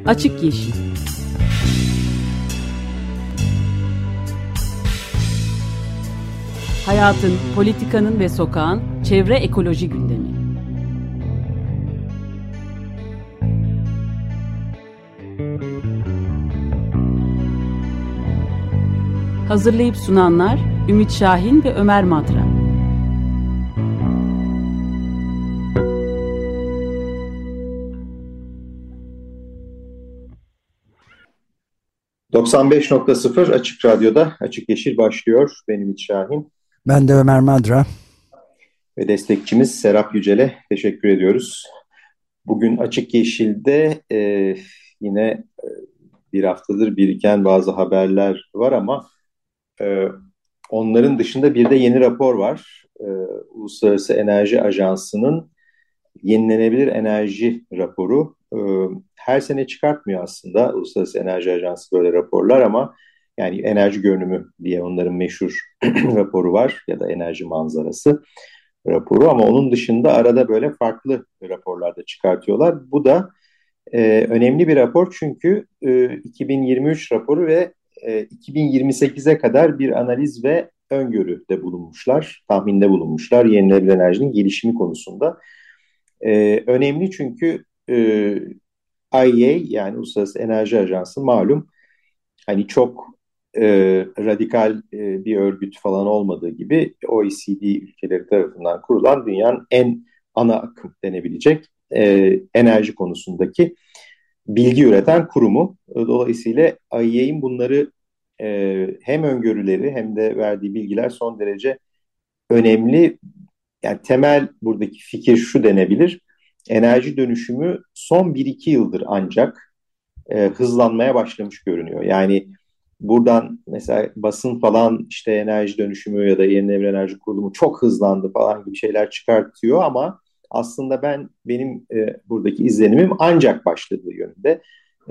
Açık Yeşil. Hayatın, politikanın ve sokağın çevre ekoloji gündemi. Hazırlayıp sunanlar Ümit Şahin ve Ömer Madra. ...95.0 Açık Radyo'da Açık Yeşil başlıyor. Benim Ümit Şahin. Ben de Ömer Madra. Ve destekçimiz Serap Yücel'e teşekkür ediyoruz. Bugün Açık Yeşil'de yine bir haftadır biriken bazı haberler var ama onların dışında bir de yeni rapor var. Uluslararası Enerji Ajansı'nın yenilenebilir enerji raporu. Her sene çıkartmıyor aslında Uluslararası Enerji Ajansı böyle raporlar ama yani enerji görünümü diye onların meşhur raporu var ya da enerji manzarası raporu ama onun dışında arada böyle farklı raporlar da çıkartıyorlar. Bu da önemli bir rapor çünkü 2023 raporu ve 2028'e kadar bir analiz ve öngörüde bulunmuşlar, tahminde bulunmuşlar yenilenebilir enerjinin gelişimi konusunda. Önemli çünkü IEA yani Uluslararası Enerji Ajansı malum hani çok radikal bir örgüt falan olmadığı gibi OECD ülkeleri tarafından kurulan dünyanın en ana akım denebilecek enerji konusundaki bilgi üreten kurumu. Dolayısıyla IEA'in bunları hem öngörüleri hem de verdiği bilgiler son derece önemli. Yani temel buradaki fikir şu denebilir. Enerji dönüşümü son 1-2 yıldır ancak hızlanmaya başlamış görünüyor. Yani buradan mesela basın falan işte enerji dönüşümü ya da yenilenebilir enerji kurulumu çok hızlandı falan gibi şeyler çıkartıyor ama aslında benim buradaki izlenimim ancak başladığı yönünde.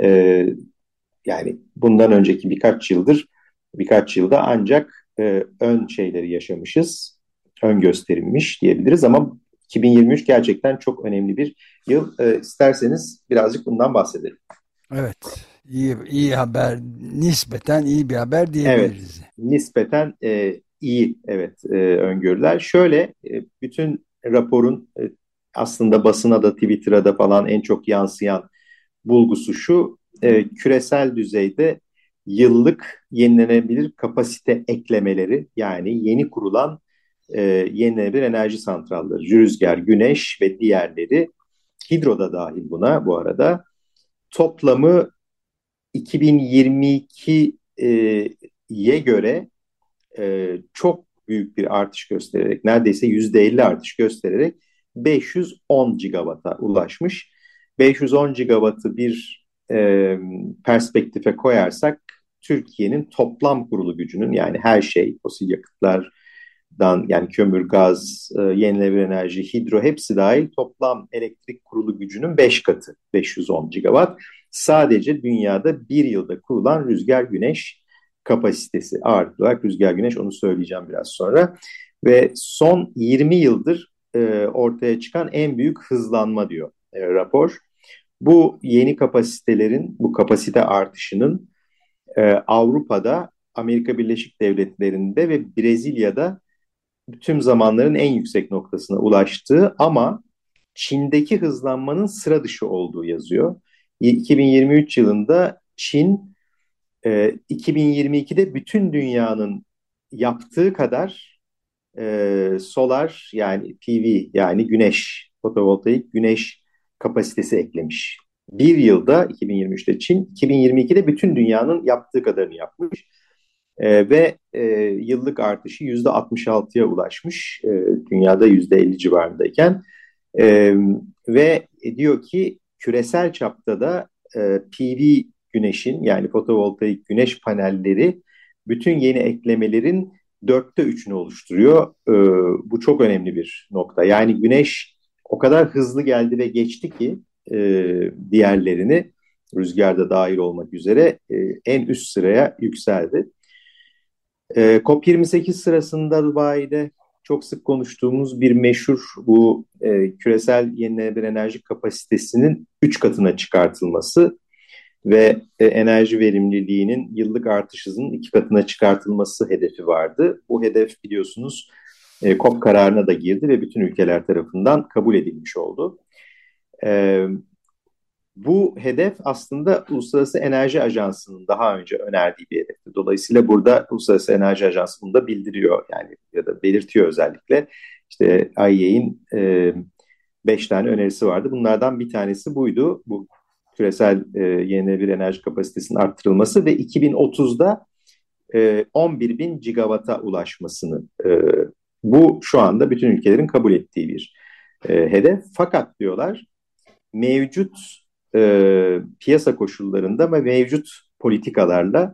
Yani bundan önceki birkaç yılda ancak ön şeyleri yaşamışız, ön gösterilmiş diyebiliriz ama 2023 gerçekten çok önemli bir yıl. İsterseniz birazcık bundan bahsedelim. Evet, iyi haber, nispeten iyi bir haber Evet, diyebiliriz. nispeten iyi öngörüler. Şöyle bütün raporun aslında basına da Twitter'a da falan en çok yansıyan bulgusu şu, küresel düzeyde yıllık yenilenebilir kapasite eklemeleri yani yeni kurulan yenilenebilir enerji santralleri, rüzgar, güneş ve diğerleri, hidro da dahil buna bu arada, toplamı 2022'ye göre çok büyük bir artış göstererek, neredeyse %50 artış göstererek 510 gigawata ulaşmış. 510 gigawattı bir perspektife koyarsak Türkiye'nin toplam kurulu gücünün yani her şey fosil yakıtlardan yani kömür, gaz, yenilenebilir enerji, hidro hepsi dahil toplam elektrik kurulu gücünün 5 katı 510 gigawatt. Sadece dünyada bir yılda kurulan rüzgar güneş kapasitesi ağırlıklı olarak rüzgar güneş onu söyleyeceğim biraz sonra. Ve son 20 yıldır ortaya çıkan en büyük hızlanma diyor rapor. Bu yeni kapasitelerin, bu kapasite artışının Avrupa'da, Amerika Birleşik Devletleri'nde ve Brezilya'da tüm zamanların en yüksek noktasına ulaştığı ama Çin'deki hızlanmanın sıra dışı olduğu yazıyor. 2023 yılında Çin 2022'de bütün dünyanın yaptığı kadar solar yani PV yani güneş, fotovoltaik güneş kapasitesi eklemiş. Bir yılda 2023'te Çin, 2022'de bütün dünyanın yaptığı kadarını yapmış. Ve yıllık artışı %66'ya ulaşmış. Dünyada %50 civarındayken. Ve diyor ki küresel çapta da PV güneşin yani fotovoltaik güneş panelleri bütün yeni eklemelerin 3/4'ünü oluşturuyor. Bu çok önemli bir nokta. Yani güneş o kadar hızlı geldi ve geçti ki diğerlerini rüzgarda dahil olmak üzere en üst sıraya yükseldi. COP28 sırasında Dubai'de çok sık konuştuğumuz bir meşhur bu küresel yenilenebilir enerji kapasitesinin 3 katına çıkartılması ve enerji verimliliğinin yıllık artış hızının 2 katına çıkartılması hedefi vardı. Bu hedef biliyorsunuz COP kararına da girdi ve bütün ülkeler tarafından kabul edilmiş oldu. Bu hedef aslında Uluslararası Enerji Ajansı'nın daha önce önerdiği bir hedefti. Dolayısıyla burada Uluslararası Enerji Ajansı bunu da bildiriyor yani ya da belirtiyor özellikle. İşte IEA'in 5 tane önerisi vardı. Bunlardan bir tanesi buydu. Bu küresel yenilenebilir enerji kapasitesinin arttırılması ve 2030'da 11 bin gigawata ulaşmasını. Bu şu anda bütün ülkelerin kabul ettiği bir hedef. Fakat diyorlar mevcut piyasa koşullarında ve mevcut politikalarla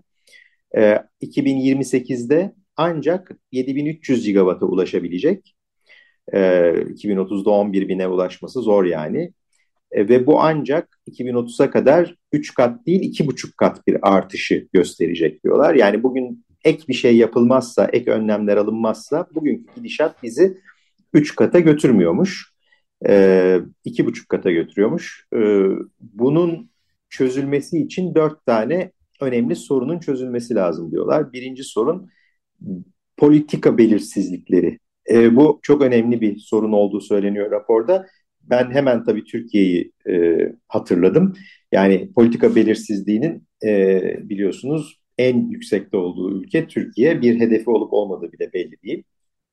2028'de ancak 7300 gigawata ulaşabilecek. 2030'da 11 bine ulaşması zor yani. Ve bu ancak 2030'a kadar 3 kat değil 2,5 kat bir artışı gösterecek diyorlar. Yani bugün ek bir şey yapılmazsa, ek önlemler alınmazsa bugünkü gidişat bizi 3 kata götürmüyormuş. 2,5 kata götürüyormuş. Bunun çözülmesi için 4 tane önemli sorunun çözülmesi lazım diyorlar. Birinci sorun politika belirsizlikleri. Bu çok önemli bir sorun olduğu söyleniyor raporda. Ben hemen tabii Türkiye'yi hatırladım. Yani politika belirsizliğinin biliyorsunuz en yüksekte olduğu ülke Türkiye. Bir hedefi olup olmadığı bile belli değil.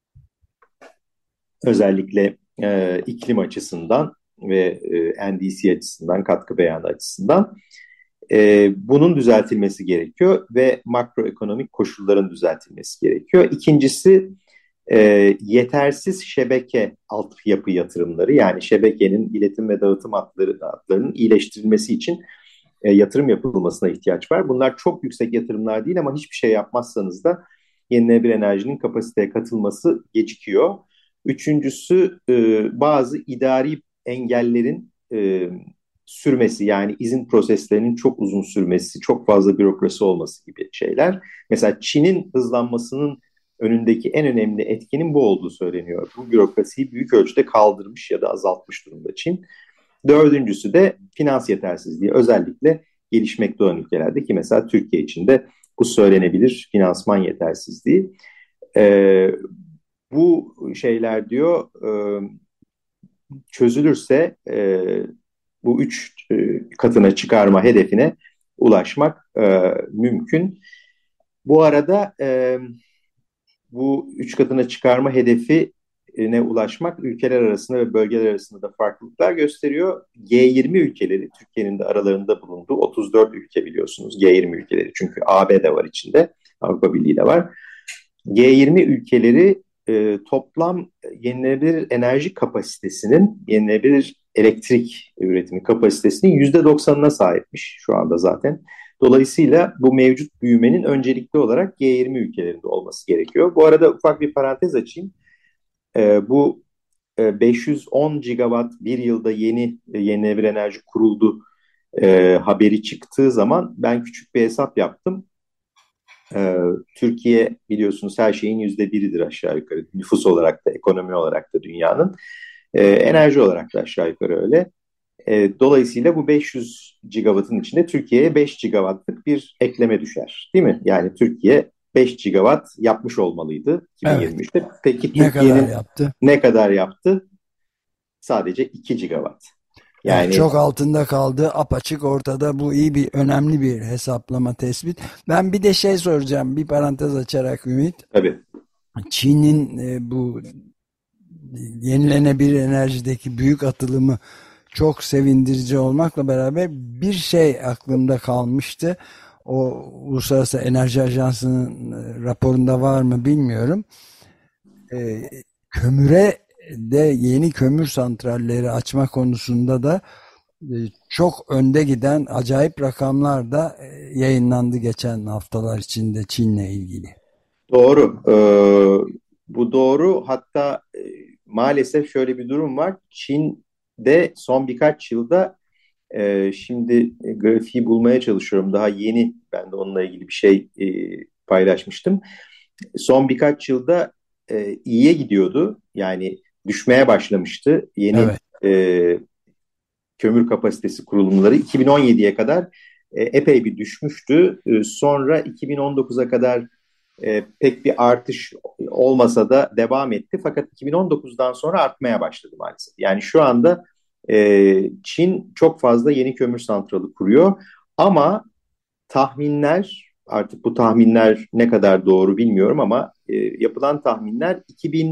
Özellikle iklim açısından ve NDC açısından, katkı beyanı açısından. Bunun düzeltilmesi gerekiyor ve makroekonomik koşulların düzeltilmesi gerekiyor. İkincisi yetersiz şebeke altyapı yatırımları, yani şebekenin iletim ve dağıtım hatlarının iyileştirilmesi için yatırım yapılmasına ihtiyaç var. Bunlar çok yüksek yatırımlar değil ama hiçbir şey yapmazsanız da yenilenebilir enerjinin kapasiteye katılması gecikiyor. Üçüncüsü bazı idari engellerin sürmesi, yani izin proseslerinin çok uzun sürmesi, çok fazla bürokrasi olması gibi şeyler. Mesela Çin'in hızlanmasının önündeki en önemli etkinin bu olduğu söyleniyor. Bu bürokrasiyi büyük ölçüde kaldırmış ya da azaltmış durumda Çin. Dördüncüsü de finans yetersizliği. Özellikle gelişmekte olan ülkelerde, ki mesela Türkiye için de bu söylenebilir, finansman yetersizliği. Bu şeyler diyor çözülürse bu 3 katına çıkarma hedefine ulaşmak mümkün. Bu arada bu 3 katına çıkarma hedefine ulaşmak ülkeler arasında ve bölgeler arasında da farklılıklar gösteriyor. G20 ülkeleri, Türkiye'nin de aralarında bulunduğu 34 ülke biliyorsunuz G20 ülkeleri, çünkü AB de var içinde, Avrupa Birliği de var. G20 ülkeleri toplam yenilenebilir enerji kapasitesinin, yenilenebilir elektrik üretimi kapasitesinin %90'ına sahipmiş şu anda zaten. Dolayısıyla bu mevcut büyümenin öncelikli olarak G20 ülkelerinde olması gerekiyor. Bu arada ufak bir parantez açayım. Bu 510 gigawatt bir yılda yeni yenilenebilir enerji kuruldu haberi çıktığı zaman ben küçük bir hesap yaptım. Türkiye biliyorsunuz her şeyin %1'idir aşağı yukarı. Nüfus olarak da, ekonomi olarak da dünyanın. Enerji olarak da aşağı yukarı öyle. Dolayısıyla bu 500 gigawattın içinde Türkiye'ye 5 gigawattlık bir ekleme düşer. Değil mi? Yani Türkiye 5 gigawatt yapmış olmalıydı 2023'te. Evet. Peki Türkiye'nin ne kadar yaptı? Sadece 2 gigawatt. Yani evet, çok altında kaldı, apaçık ortada. Bu iyi bir, önemli bir hesaplama, tespit. Ben bir de şey soracağım, bir parantez açarak Ümit. Tabii. Çin'in bu yenilenebilir enerjideki büyük atılımı çok sevindirici olmakla beraber bir şey aklımda kalmıştı. O Uluslararası Enerji Ajansı'nın raporunda var mı bilmiyorum. Kömüre de, yeni kömür santralleri açma konusunda da çok önde giden acayip rakamlar da yayınlandı geçen haftalar içinde Çin'le ilgili. Doğru. Bu doğru. Hatta maalesef şöyle bir durum var. Çin'de son birkaç yılda, şimdi grafiği bulmaya çalışıyorum. Daha yeni ben de onunla ilgili bir şey paylaşmıştım. Son birkaç yılda iyiye gidiyordu. Yani düşmeye başlamıştı. Yeni kömür kapasitesi kurulumları 2017'ye kadar epey bir düşmüştü. Sonra 2019'a kadar pek bir artış olmasa da devam etti. Fakat 2019'dan sonra artmaya başladı maalesef. Yani şu anda Çin çok fazla yeni kömür santralı kuruyor. Ama tahminler, artık bu tahminler ne kadar doğru bilmiyorum ama yapılan tahminler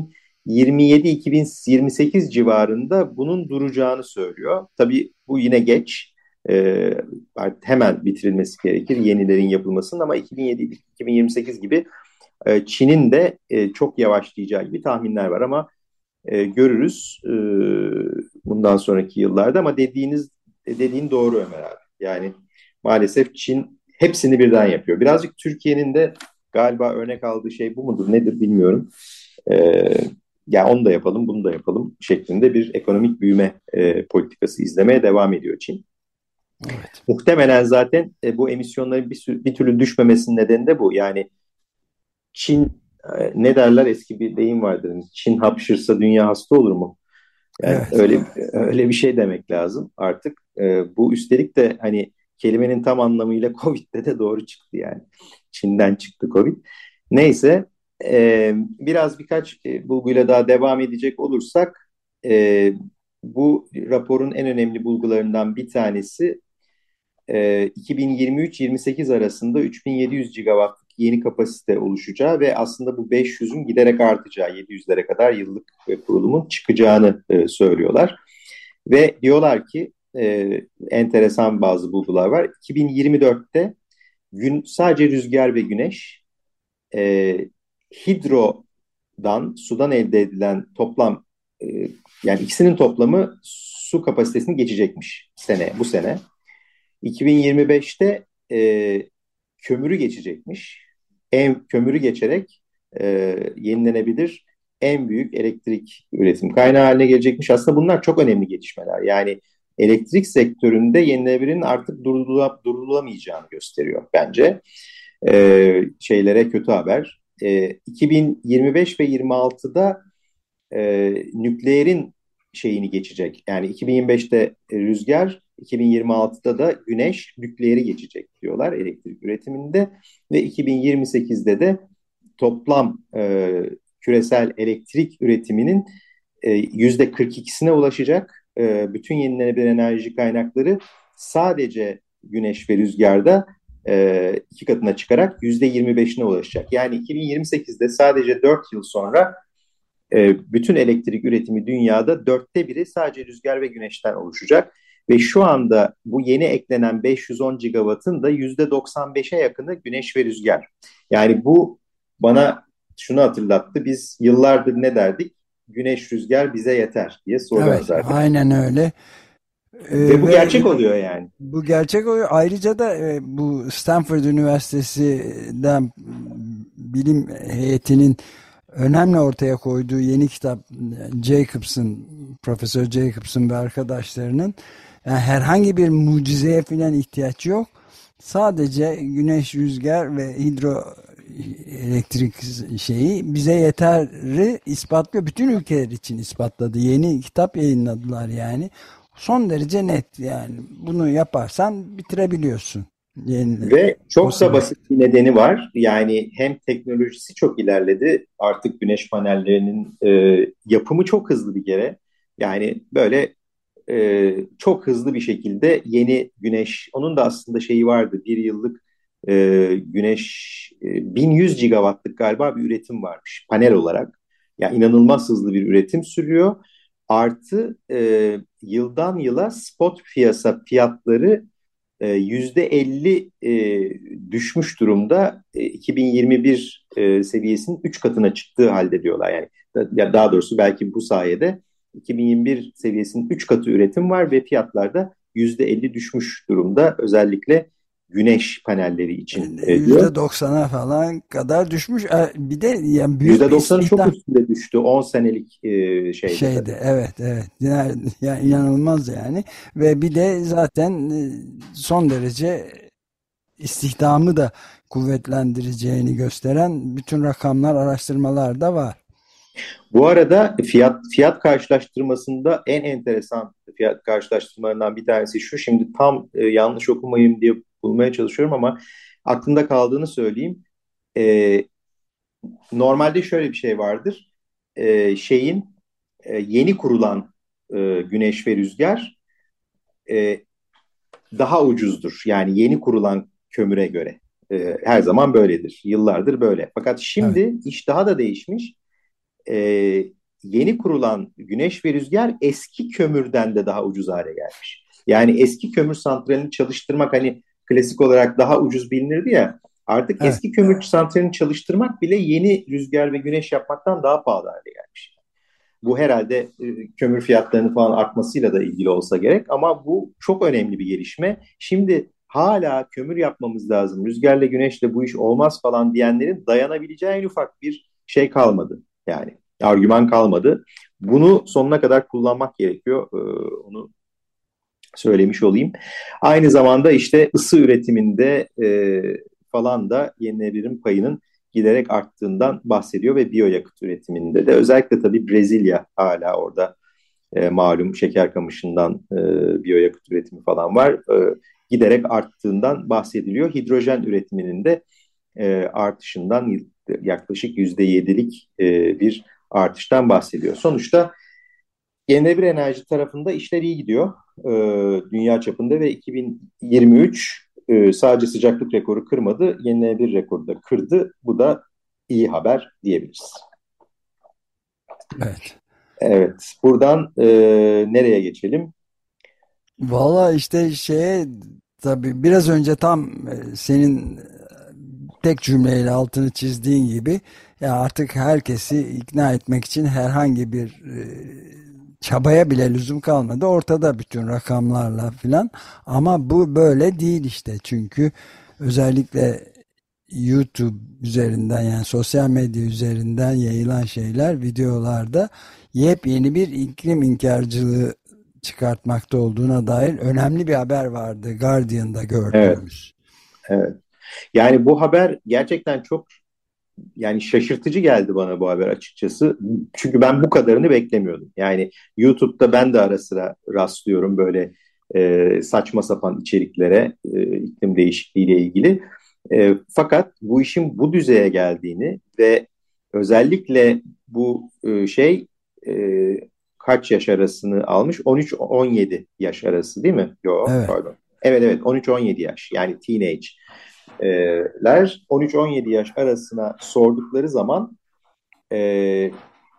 2027-2028 civarında bunun duracağını söylüyor. Tabii bu yine geç. E, Hemen bitirilmesi gerekir yenilerin yapılmasının, ama 2027-2028 gibi Çin'in de çok yavaşlayacağı gibi tahminler var, ama görürüz bundan sonraki yıllarda. Ama dediğin doğru Ömer abi. Yani maalesef Çin hepsini birden yapıyor. Birazcık Türkiye'nin de galiba örnek aldığı şey bu mudur nedir bilmiyorum. E, Ya onu da yapalım, bunu da yapalım şeklinde bir ekonomik büyüme politikası izlemeye devam ediyor Çin. Evet. Muhtemelen zaten bu emisyonların bir türlü düşmemesinin nedeni de bu. Yani Çin, ne derler, eski bir deyim vardır. Çin hapşırsa dünya hasta olur mu? Yani Evet. öyle bir şey demek lazım artık. Bu üstelik de hani kelimenin tam anlamıyla Covid'de de doğru çıktı yani. Çin'den çıktı Covid. Neyse, birkaç bulguyla daha devam edecek olursak, bu raporun en önemli bulgularından bir tanesi 2023-28 arasında 3700 gigawattlık yeni kapasite oluşacağı ve aslında bu 500'ün giderek artacağı, 700'lere kadar yıllık kurulumun çıkacağını söylüyorlar. Ve diyorlar ki enteresan bazı bulgular var. 2024'te sadece rüzgar ve güneş, hidrodan, sudan elde edilen toplam, e, yani ikisinin toplamı su kapasitesini geçecekmiş bu sene. 2025'te kömürü geçecekmiş. Kömürü geçerek yenilenebilir en büyük elektrik üretim kaynağı haline gelecekmiş. Aslında bunlar çok önemli gelişmeler. Yani elektrik sektöründe yenilenebilirin artık durdurulamayacağını gösteriyor bence. Kötü haber. 2025 ve 26'da nükleerin şeyini geçecek. Yani 2025'te rüzgar, 2026'da da güneş nükleeri geçecek diyorlar elektrik üretiminde, ve 2028'de de toplam küresel elektrik üretiminin %42'sine ulaşacak. Bütün yenilenebilir enerji kaynakları sadece güneş ve rüzgarda 2 katına çıkarak %25'ine ulaşacak. Yani 2028'de, sadece 4 yıl sonra, bütün elektrik üretimi dünyada 1/4 sadece rüzgar ve güneşten oluşacak. Ve şu anda bu yeni eklenen 510 gigawattın da %95'e yakını güneş ve rüzgar. Yani bu bana şunu hatırlattı. Biz yıllardır ne derdik? Güneş, rüzgar bize yeter diye slogan Evet, zaten. aynen öyle. Ve bu gerçek oluyor yani. Bu gerçek oluyor. Ayrıca da bu Stanford Üniversitesi'den bilim heyetinin önemli ortaya koyduğu yeni kitap, Profesör Jacobs'ın ve arkadaşlarının, yani herhangi bir mucizeye falan ihtiyaç yok. Sadece güneş, rüzgar ve hidroelektrik şeyi bize yeterli ispatlıyor. Bütün ülkeler için ispatladı. Yeni kitap yayınladılar yani. Son derece net yani. Bunu yaparsan bitirebiliyorsun. Ve çok da basit bir nedeni var. Yani hem teknolojisi çok ilerledi. Artık güneş panellerinin yapımı çok hızlı bir kere. Yani böyle çok hızlı bir şekilde yeni güneş, onun da aslında şeyi vardı. Bir yıllık güneş 1100 gigawattlık galiba bir üretim varmış panel olarak. Yani inanılmaz hızlı bir üretim sürüyor. Artı yıldan yıla spot piyasa fiyatları %50 düşmüş durumda. 2021 seviyesinin 3 katına çıktığı halde diyorlar. Yani ya daha doğrusu belki bu sayede 2021 seviyesinin 3 katı üretim var ve fiyatlarda %50 düşmüş durumda. Özellikle güneş panelleri için diyor. %90'a falan kadar düşmüş. Bir de yani büyük %90'ın çok üstünde düştü 10 senelik şeyde. Evet, evet. Yani inanılmaz yani. Ve bir de zaten son derece istihdamı da kuvvetlendireceğini gösteren bütün rakamlar, araştırmalar da var. Bu arada fiyat karşılaştırmasında en enteresan fiyat karşılaştırmalarından bir tanesi şu. Şimdi tam yanlış okumayayım diye bulmaya çalışıyorum ama aklımda kaldığını söyleyeyim. E, Normalde şöyle bir şey vardır. Yeni kurulan güneş ve rüzgar e, daha ucuzdur. Yani yeni kurulan kömüre göre. Her zaman böyledir. Yıllardır böyle. Fakat Evet. şimdi iş daha da değişmiş. E, Yeni kurulan güneş ve rüzgar eski kömürden de daha ucuz hale gelmiş. Yani eski kömür santralini çalıştırmak hani klasik olarak daha ucuz bilinirdi ya. Artık Evet. eski kömür santralini çalıştırmak bile yeni rüzgar ve güneş yapmaktan daha pahalı hale gelmiş. Bu herhalde kömür fiyatlarının falan artmasıyla da ilgili olsa gerek ama bu çok önemli bir gelişme. Şimdi hala kömür yapmamız lazım, rüzgarla güneşle bu iş olmaz falan diyenlerin dayanabileceği en ufak bir şey kalmadı. Yani argüman kalmadı. Bunu sonuna kadar kullanmak gerekiyor. Onu söylemiş olayım. Aynı zamanda işte ısı üretiminde falan da yenilenebilirim payının giderek arttığından bahsediyor ve biyoyakıt üretiminde de özellikle tabii Brezilya hala orada malum şeker kamışından biyoyakıt üretimi falan var. Giderek arttığından bahsediliyor. Hidrojen üretiminin de artışından yaklaşık %7'lik bir artıştan bahsediyor. Sonuçta yenilenebilir enerji tarafında işler iyi gidiyor dünya çapında ve 2023 sadece sıcaklık rekoru kırmadı, yenilenebilir rekoru da kırdı. Bu da iyi haber diyebiliriz. Evet. Evet, buradan nereye geçelim? Valla işte tabii biraz önce tam senin tek cümleyle altını çizdiğin gibi ya artık herkesi ikna etmek için herhangi bir çabaya bile lüzum kalmadı. Ortada bütün rakamlarla filan. Ama bu böyle değil işte. Çünkü özellikle YouTube üzerinden yani sosyal medya üzerinden yayılan şeyler videolarda yepyeni bir iklim inkarcılığı çıkartmakta olduğuna dair önemli bir haber vardı Guardian'da Evet, gördüğümüz. evet. Yani bu haber gerçekten çok yani şaşırtıcı geldi bana bu haber açıkçası. Çünkü ben bu kadarını beklemiyordum. Yani YouTube'da ben de ara sıra rastlıyorum böyle saçma sapan içeriklere iklim değişikliğiyle ilgili. Fakat bu işin bu düzeye geldiğini ve özellikle bu e, kaç yaş arasını almış? 13-17 yaş arası değil mi? Yok, Evet. pardon. Evet, evet, 13-17 yaş yani teenage'ler 13-17 yaş arasına sordukları zaman e,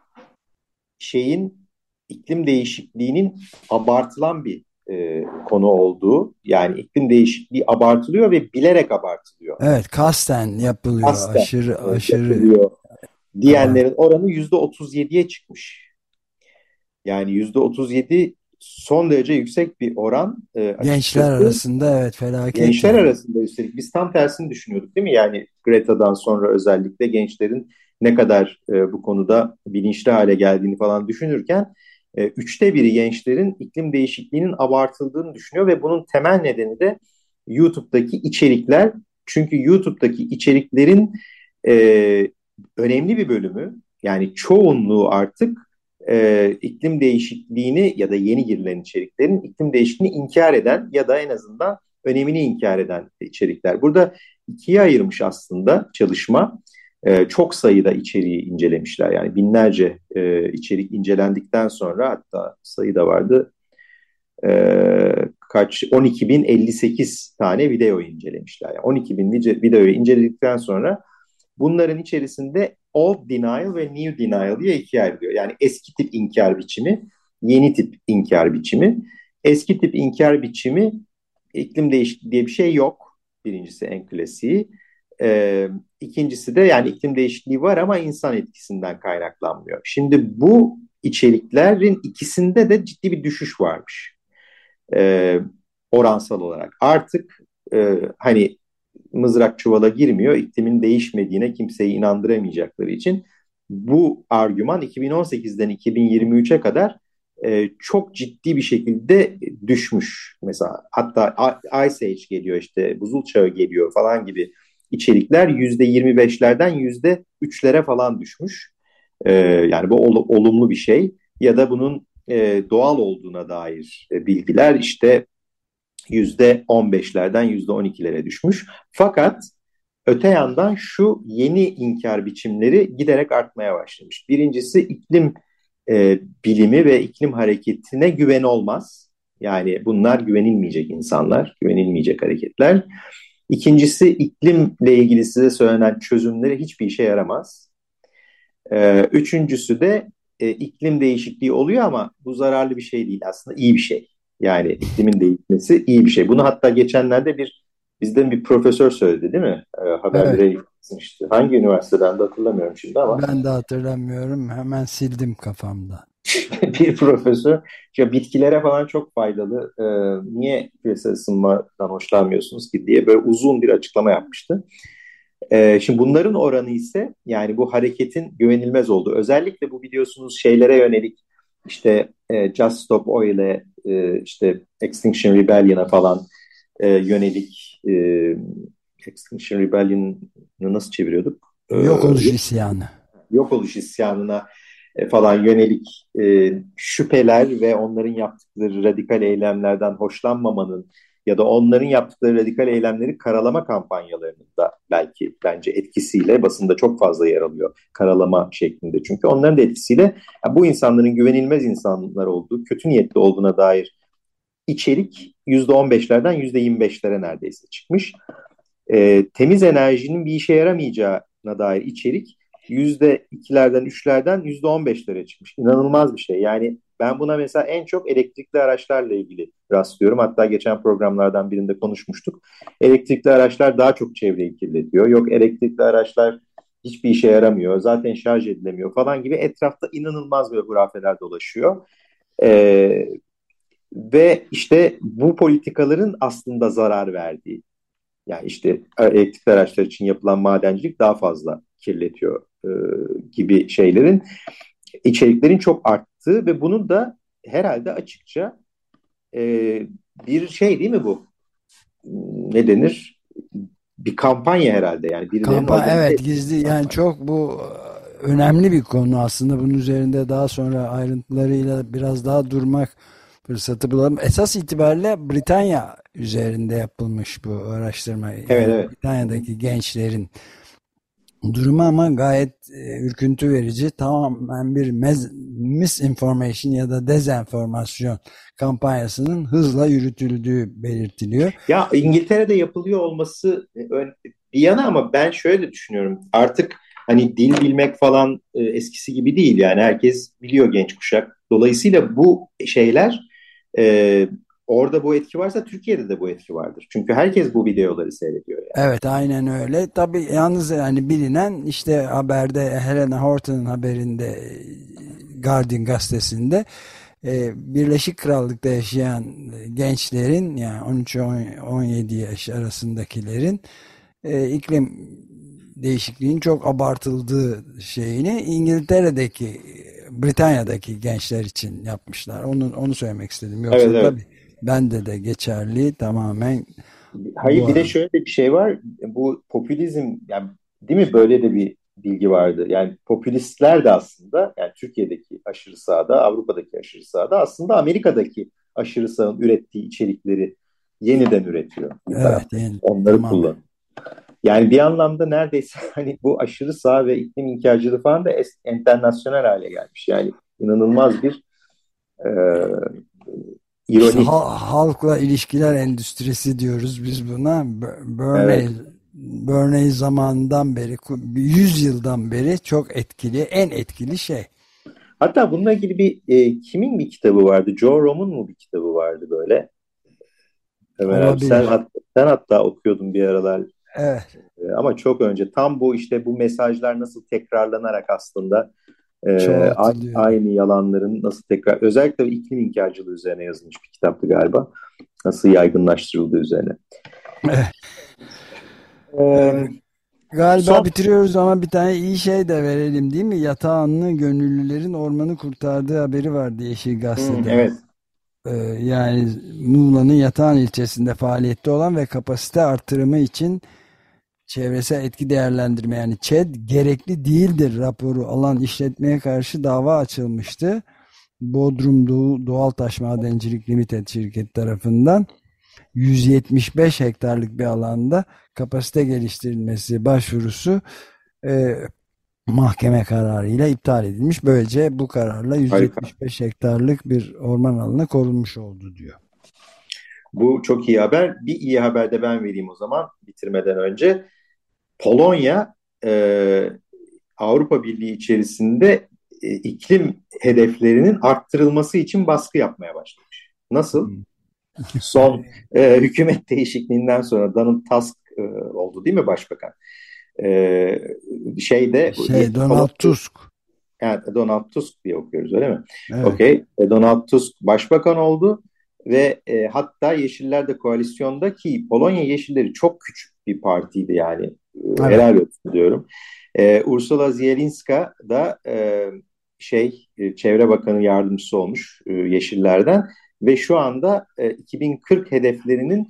şeyin iklim değişikliğinin abartılan bir konu olduğu, yani iklim değişikliği abartılıyor ve bilerek abartılıyor. Evet, kasten yapılıyor. Hasta Aşırı aşırı yapılıyor abart. diyenlerin oranı %37'ye çıkmış. Yani %37 son derece yüksek bir oran Gençler açıkçası. arasında evet felaket Gençler yani. arasında üstelik biz tam tersini düşünüyorduk değil mi? Yani Greta'dan sonra özellikle gençlerin ne kadar bu konuda bilinçli hale geldiğini falan düşünürken üçte biri gençlerin iklim değişikliğinin abartıldığını düşünüyor ve bunun temel nedeni de YouTube'daki içerikler. Çünkü YouTube'daki içeriklerin önemli bir bölümü yani çoğunluğu artık iklim değişikliğini ya da yeni girilen içeriklerin iklim değişikliğini inkar eden ya da en azından önemini inkar eden içerikler. Burada ikiye ayırmış aslında çalışma. Çok sayıda içeriği incelemişler. Yani binlerce içerik incelendikten sonra hatta sayı da vardı. 12.058 tane video incelemişler. Yani 12 bin videoyu inceledikten sonra bunların içerisinde old denial ve new denial diye ikiye ayrılıyor. Yani eski tip inkar biçimi, yeni tip inkar biçimi. Eski tip inkar biçimi iklim değişikliği diye bir şey yok. Birincisi en klasiği. İkincisi de yani iklim değişikliği var ama insan etkisinden kaynaklanmıyor. Şimdi bu içeriklerin ikisinde de ciddi bir düşüş varmış. Ee, Oransal olarak. Artık hani mızrak çuvala girmiyor. İklimin değişmediğine kimseyi inandıramayacakları için bu argüman 2018'den 2023'e kadar çok ciddi bir şekilde düşmüş. Mesela hatta Ice Age geliyor işte buzul çağı geliyor falan gibi içerikler %25'lerden %3'lere falan düşmüş. Yani bu olumlu bir şey. Ya da bunun doğal olduğuna dair bilgiler işte %15'lerden %12'lere düşmüş. Fakat öte yandan şu yeni inkar biçimleri giderek artmaya başlamış. Birincisi iklim bilimi ve iklim hareketine güven olmaz. Yani bunlar güvenilmeyecek insanlar, güvenilmeyecek hareketler. İkincisi iklimle ilgili size söylenen çözümleri hiçbir işe yaramaz. Üçüncüsü de iklim değişikliği oluyor ama bu zararlı bir şey değil, aslında iyi bir şey. Yani iklimin değişmesi iyi bir şey. Bunu hatta geçenlerde bizden bir profesör söyledi, değil mi? Haberlere Evet. yansımıştı. Hangi üniversiteden de hatırlamıyorum şimdi ama. Ben de hatırlamıyorum. Hemen sildim kafamda. Bir profesör ya bitkilere falan çok faydalı. Niye küresel ısınmadan hoşlanmıyorsunuz ki diye böyle uzun bir açıklama yapmıştı. Şimdi bunların oranı ise yani bu hareketin güvenilmez olduğu. Özellikle bu biliyorsunuz şeylere yönelik işte Just Stop Oil'e işte Extinction Rebellion'a falan yönelik Extinction Rebellion'ı nasıl çeviriyorduk? Yok oluş isyanı. Yok oluş isyanına falan yönelik şüpheler ve onların yaptıkları radikal eylemlerden hoşlanmamanın ya da onların yaptıkları radikal eylemleri karalama kampanyalarının da belki bence etkisiyle basında çok fazla yer alıyor karalama şeklinde. Çünkü onların da etkisiyle bu insanların güvenilmez insanlar olduğu, kötü niyetli olduğuna dair içerik %15'lerden %25'lere neredeyse çıkmış. Temiz enerjinin bir işe yaramayacağına dair içerik %2'lerden, 3'lerden %15'lere çıkmış. İnanılmaz bir şey. Yani ben buna mesela en çok elektrikli araçlarla ilgili rastlıyorum. Hatta geçen programlardan birinde konuşmuştuk. Elektrikli araçlar daha çok çevreyi kirletiyor. Yok elektrikli araçlar hiçbir işe yaramıyor. Zaten şarj edilemiyor falan gibi etrafta inanılmaz böyle hurafeler dolaşıyor. Ve işte bu politikaların aslında zarar verdiği. Yani işte elektrikli araçlar için yapılan madencilik daha fazla kirletiyor gibi şeylerin, içeriklerin çok arttığı ve bunun da herhalde açıkça e, bir şey değil mi bu? Ne denir? Bir kampanya herhalde yani birilerinin organize Evet, ettiği gizli bir yani kampanya. çok bu önemli bir konu aslında. Bunun üzerinde daha sonra ayrıntılarıyla biraz daha durmak fırsatı bulalım. Esas itibariyle Britanya üzerinde yapılmış bu araştırma. Evet, Yani evet. Britanya'daki gençlerin durumu ama gayet ürküntü verici. Tamamen bir misinformation ya da dezenformasyon kampanyasının hızla yürütüldüğü belirtiliyor. Ya İngiltere'de yapılıyor olması bir yana ama ben şöyle düşünüyorum. Artık hani dil bilmek falan eskisi gibi değil. Yani herkes biliyor, genç kuşak. Dolayısıyla bu şeyler e, orada bu etki varsa Türkiye'de de bu etki vardır. Çünkü herkes bu videoları seyrediyor yani. Evet, aynen öyle. Tabii yalnız yani bilinen işte haberde Helena Horton'un haberinde Guardian gazetesinde Birleşik Krallık'ta yaşayan gençlerin yani 13-17 yaş arasındakilerin iklim değişikliğinin çok abartıldığı şeyini İngiltere'deki Britanya'daki gençler için yapmışlar. Onu söylemek istedim. Evet, Yoksa evet. tabii bende de geçerli tamamen Hayır, bu. bir de şöyle de bir şey var. Bu popülizm yani, değil mi, böyle de bir bilgi vardı. Yani popülistler de aslında yani Türkiye'deki aşırı sağda, Avrupa'daki aşırı sağda aslında Amerika'daki aşırı sağın ürettiği içerikleri yeniden üretiyor bir Evet, taraftan. yani Onları tamamen. kullan. Yani bir anlamda neredeyse hani bu aşırı sağ ve iklim inkarcılığı falan da internasyonel hale gelmiş. Yani inanılmaz bir e, İşte ironi. halkla ilişkiler endüstrisi diyoruz biz buna. Evet. Burney zamanından beri, 100 yıldan beri çok etkili, en etkili şey. Hatta bununla ilgili bir kimin bir kitabı vardı? Joe Rogan'un mu bir kitabı vardı böyle? Ömer abi Olabilir. sen hatta okuyordun bir aralar. Evet, Ama çok önce tam bu işte bu mesajlar nasıl tekrarlanarak aslında çoğaltılıyor. aynı yalanların nasıl tekrar, özellikle iklim inkarcılığı üzerine yazılmış bir kitaptı galiba. Nasıl yaygınlaştırıldığı üzerine. E, Galiba son bitiriyoruz ama bir tane iyi şey de verelim değil mi? Yatağanlı gönüllülerin ormanı kurtardığı haberi vardı Yeşil Gazete'de. evet. Yani Muğla'nın Yatağan ilçesinde faaliyette olan ve kapasite artırımı için çevresel etki değerlendirme yani ÇED gerekli değildir raporu alan işletmeye karşı dava açılmıştı. Bodrum Doğal Taş Madencilik Limited şirket tarafından 175 hektarlık bir alanda kapasite geliştirilmesi başvurusu mahkeme kararıyla iptal edilmiş. Böylece bu kararla 175 hektarlık bir orman alanı korunmuş oldu diyor. Bu çok iyi haber. Bir iyi haber de ben vereyim o zaman bitirmeden önce. Polonya Avrupa Birliği içerisinde iklim hedeflerinin arttırılması için baskı yapmaya başlamış. Nasıl? Son hükümet değişikliğinden sonra Donald Tusk oldu değil mi başbakan? Donald Tusk. Yani Donald Tusk diye okuyoruz öyle mi? Evet. Okay. Donald Tusk başbakan oldu ve hatta Yeşiller de koalisyonda, ki Polonya Yeşilleri çok küçük bir partiydi yani. Evet. Helal olsun diyorum. Ursula Zielinska da Çevre Bakanı yardımcısı olmuş Yeşillerden ve şu anda 2040 hedeflerinin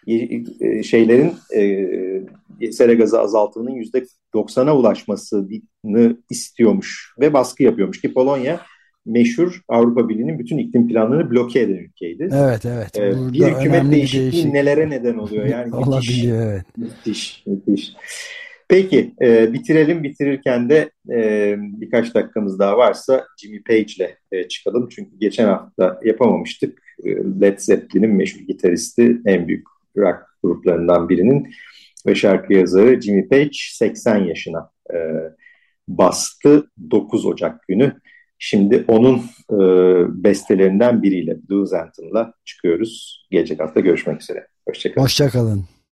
sera gazı azaltımının %90'a ulaşmasını istiyormuş ve baskı yapıyormuş ki Polonya meşhur Avrupa Birliği'nin bütün iklim planlarını bloke eden ülkeydi. Evet. Bir hükümet değişikliği nelere neden oluyor yani. Olabiliyor, evet. Müthiş. Peki bitirelim. Bitirirken de birkaç dakikamız daha varsa Jimmy Page'le çıkalım. Çünkü geçen hafta yapamamıştık. Led Zeppelin'in meşhur gitaristi, en büyük rock gruplarından birinin ve şarkı yazarı Jimmy Page 80 yaşına bastı 9 Ocak günü. Şimdi onun bestelerinden biriyle, Blues Anthem'la çıkıyoruz. Gelecek hafta görüşmek üzere. Hoşçakalın.